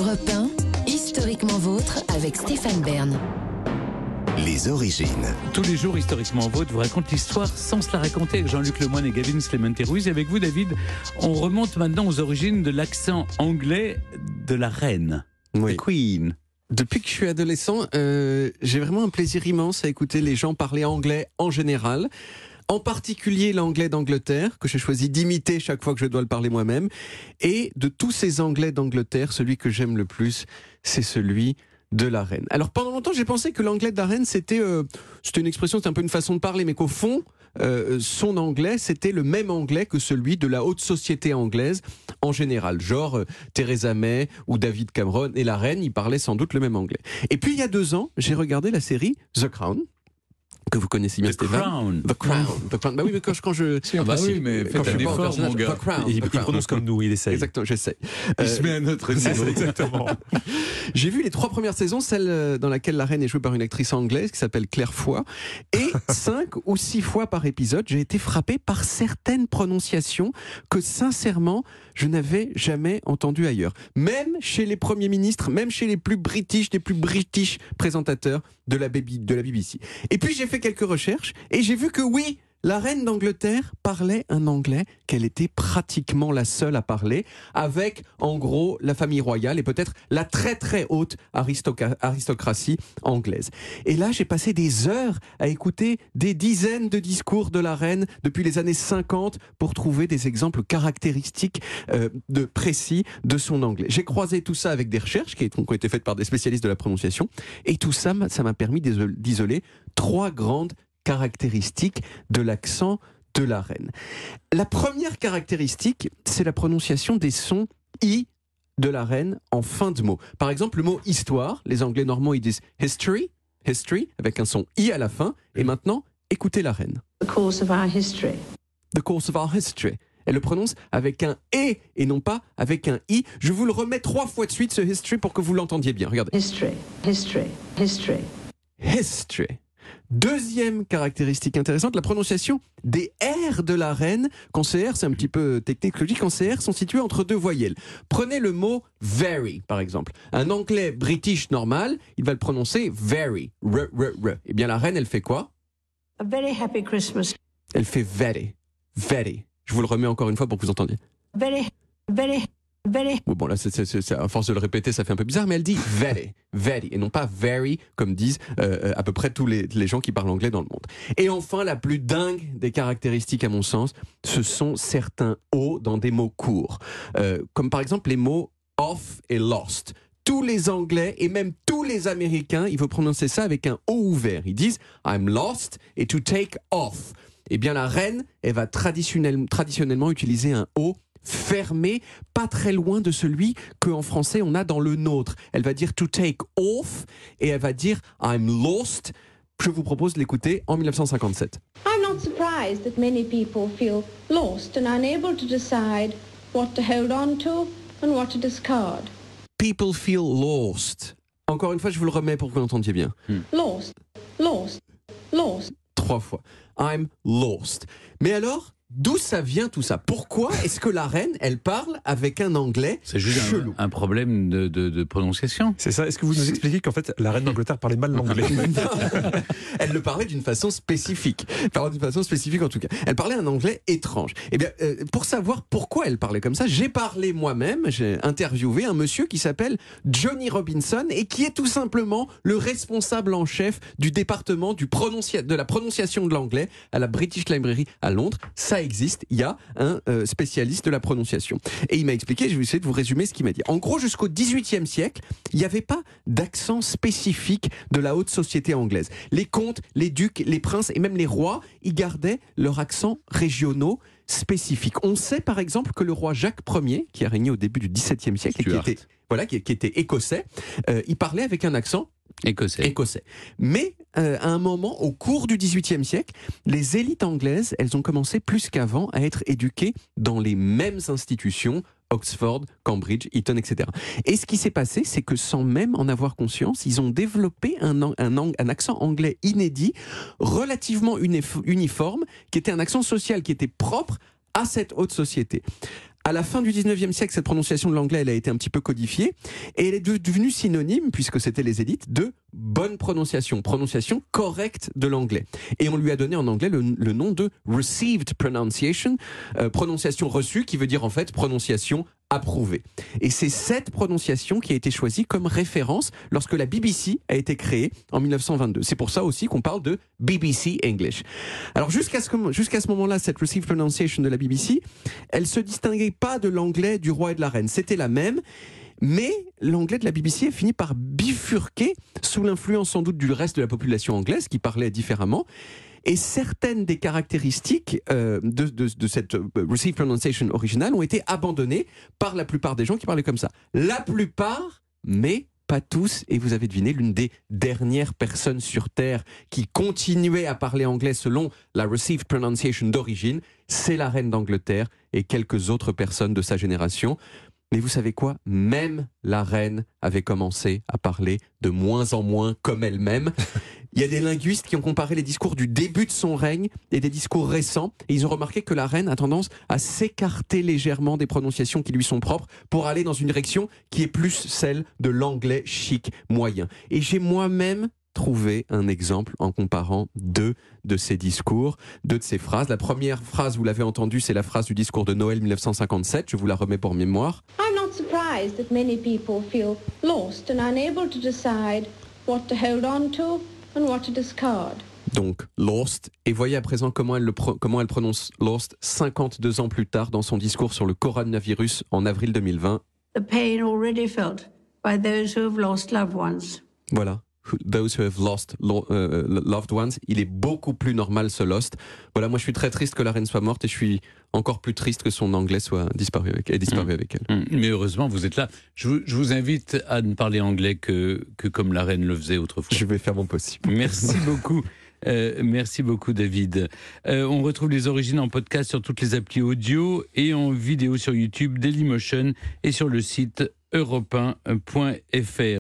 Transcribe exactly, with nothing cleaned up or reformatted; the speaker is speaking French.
Europe un, historiquement vôtre avec Stéphane Bern. Les origines. Tous les jours, historiquement vôtre vous raconte l'histoire sans se la raconter avec Jean-Luc Lemoyne et Gavin Clemente-Ruiz. Et avec vous, David, on remonte maintenant aux origines de l'accent anglais de la reine, oui. the Queen. Depuis que je suis adolescent, euh, j'ai vraiment un plaisir immense à écouter les gens parler anglais en général. En particulier l'anglais d'Angleterre, que j'ai choisi d'imiter chaque fois que je dois le parler moi-même. Et de tous ces anglais d'Angleterre, celui que j'aime le plus, c'est celui de la reine. Alors pendant longtemps, j'ai pensé que l'anglais de la reine, c'était, euh, c'était une expression, c'était un peu une façon de parler, mais qu'au fond, euh, son anglais, c'était le même anglais que celui de la haute société anglaise en général. Genre euh, Theresa May ou David Cameron et la reine, ils parlaient sans doute le même anglais. Et puis il y a deux ans, j'ai regardé la série The Crown, que vous connaissez bien, The Stéphane. Crown. The Crown. The Crown. Bah oui, mais quand je, quand je, Ah bah oui, mais faites un effort, mon gars. The Crown. Il, The il Crown. prononce comme nous, il essaye. Exactement, j'essaie. Il se met à notre niveau. Exactement. J'ai vu les trois premières saisons, celle dans laquelle la reine est jouée par une actrice anglaise qui s'appelle Claire Foy, et cinq ou six fois par épisode, j'ai été frappé par certaines prononciations que sincèrement, je n'avais jamais entendues ailleurs. Même chez les premiers ministres, même chez les plus british, les plus british présentateurs de la, baby, de la B B C. Et puis j'ai fait quelques recherches et j'ai vu que oui, la reine d'Angleterre parlait un anglais qu'elle était pratiquement la seule à parler, avec en gros la famille royale et peut-être la très très haute aristoc- aristocratie anglaise. Et là, j'ai passé des heures à écouter des dizaines de discours de la reine depuis les années cinquante pour trouver des exemples caractéristiques euh, de précis de son anglais. J'ai croisé tout ça avec des recherches qui ont été faites par des spécialistes de la prononciation, et tout ça, ça m'a permis d'isoler trois grandes caractéristiques de l'accent de la reine. La première caractéristique, c'est la prononciation des sons I de la reine en fin de mot. Par exemple, le mot histoire, les Anglais normands ils disent history, history, avec un son I à la fin, et maintenant, écoutez la reine. The course of our history. The course of our history. Elle le prononce avec un E et non pas avec un I. Je vous le remets trois fois de suite, ce history, pour que vous l'entendiez bien. Regardez. History, history, history. History. Deuxième caractéristique intéressante, la prononciation des R de la reine. Quand ces R, c'est un petit peu technique, quand ces R sont situés entre deux voyelles. Prenez le mot very, par exemple. Un anglais british normal, il va le prononcer very. R, R, R. Eh bien, la reine, elle fait quoi? A very happy Christmas. Elle fait very. Very. Je vous le remets encore une fois pour que vous entendiez. Very, very, very. Bon, là, c'est, c'est, c'est, à force de le répéter, ça fait un peu bizarre, mais elle dit very, very, et non pas very, comme disent euh, à peu près tous les, les gens qui parlent anglais dans le monde. Et enfin, la plus dingue des caractéristiques, à mon sens, ce sont certains O dans des mots courts. Euh, comme par exemple les mots off et lost. Tous les Anglais et même tous les Américains, il faut prononcer ça avec un O ouvert. Ils disent « I'm lost » et « to take off ». Eh bien, la reine, elle va traditionnellement, traditionnellement utiliser un O fermé, pas très loin de celui qu'en français on a dans le nôtre. Elle va dire to take off et elle va dire I'm lost. Je vous propose de l'écouter en dix-neuf cent cinquante-sept. I'm not surprised that many people feel lost and unable to decide what to hold on to and what to discard. People feel lost. Encore une fois, je vous le remets pour que vous l'entendiez bien. Hmm. Lost, lost, lost. Trois fois. I'm lost. Mais alors, d'où ça vient tout ça? Pourquoi est-ce que la reine, elle parle avec un anglais C'est juste chelou? un, un problème de, de, de prononciation. C'est ça. Est-ce que vous nous expliquez qu'en fait, la reine d'Angleterre parlait mal l'anglais? Elle le parlait d'une façon spécifique. Parlait d'une façon spécifique en tout cas. Elle parlait un anglais étrange. Eh bien, euh, pour savoir pourquoi elle parlait comme ça, j'ai parlé moi-même, j'ai interviewé un monsieur qui s'appelle Johnny Robinson et qui est tout simplement le responsable en chef du département du prononci- de la prononciation de l'anglais à la British Library à Londres. Ça existe, il y a un euh, spécialiste de la prononciation. Et il m'a expliqué, je vais essayer de vous résumer ce qu'il m'a dit. En gros, jusqu'au dix-huitième siècle, il n'y avait pas d'accent spécifique de la haute société anglaise. Les comtes, les ducs, les princes et même les rois, ils gardaient leurs accents régionaux spécifiques. On sait par exemple que le roi Jacques Ier, qui a régné au début du dix-septième siècle, et qui était, voilà, qui, qui était écossais, euh, il parlait avec un accent Écossais. Écossais. Mais euh, à un moment, au cours du dix-huitième siècle, les élites anglaises, elles ont commencé plus qu'avant à être éduquées dans les mêmes institutions, Oxford, Cambridge, Eton, et cetera. Et ce qui s'est passé, c'est que sans même en avoir conscience, ils ont développé un, un, un accent anglais inédit, relativement uniforme, qui était un accent social, qui était propre à cette haute société. À la fin du dix-neuvième siècle, cette prononciation de l'anglais, elle a été un petit peu codifiée et elle est devenue synonyme, puisque c'était les élites, de bonne prononciation, prononciation correcte de l'anglais. Et on lui a donné en anglais le, le nom de received pronunciation, euh, prononciation reçue, qui veut dire en fait prononciation approuvée. Et c'est cette prononciation qui a été choisie comme référence lorsque la B B C a été créée en mille neuf cent vingt-deux. C'est pour ça aussi qu'on parle de B B C English. Alors jusqu'à ce, que, jusqu'à ce moment-là, cette received pronunciation de la B B C, elle se distinguait pas de l'anglais du roi et de la reine. C'était la même. Mais l'anglais de la B B C a fini par bifurquer sous l'influence sans doute du reste de la population anglaise qui parlait différemment. Et certaines des caractéristiques euh, de, de, de cette euh, received pronunciation originale ont été abandonnées par la plupart des gens qui parlaient comme ça. La plupart, mais pas tous. Et vous avez deviné, l'une des dernières personnes sur Terre qui continuait à parler anglais selon la received pronunciation d'origine, c'est la reine d'Angleterre et quelques autres personnes de sa génération. Mais vous savez quoi ? Même la reine avait commencé à parler de moins en moins comme elle-même. Il y a des linguistes qui ont comparé les discours du début de son règne et des discours récents. Et ils ont remarqué que la reine a tendance à s'écarter légèrement des prononciations qui lui sont propres pour aller dans une direction qui est plus celle de l'anglais chic moyen. Et j'ai moi-même trouvé un exemple en comparant deux de ses discours, deux de ses phrases. La première phrase, vous l'avez entendue, c'est la phrase du discours de Noël mille neuf cent cinquante-sept. Je vous la remets pour mémoire. I'm not surprised that many people feel lost and unable to decide what to hold on to and what to discard. Donc, lost. Et voyez à présent comment elle, le pro- comment elle prononce lost cinquante-deux ans plus tard dans son discours sur le coronavirus en avril deux mille vingt. The pain already felt by those who have lost loved ones. Voilà. Those who have lost lo- uh, loved ones. Il est beaucoup plus normal ce lost. Voilà, moi je suis très triste que la reine soit morte et je suis encore plus triste que son anglais soit disparu avec, ait disparu mmh. avec elle. Mmh. Mais heureusement, vous êtes là. Je vous, je vous invite à ne parler anglais que, que comme la reine le faisait autrefois. Je vais faire mon possible. Merci beaucoup. Euh, merci beaucoup David. Euh, on retrouve les origines en podcast sur toutes les applis audio et en vidéo sur YouTube, Dailymotion et sur le site europe un point f r.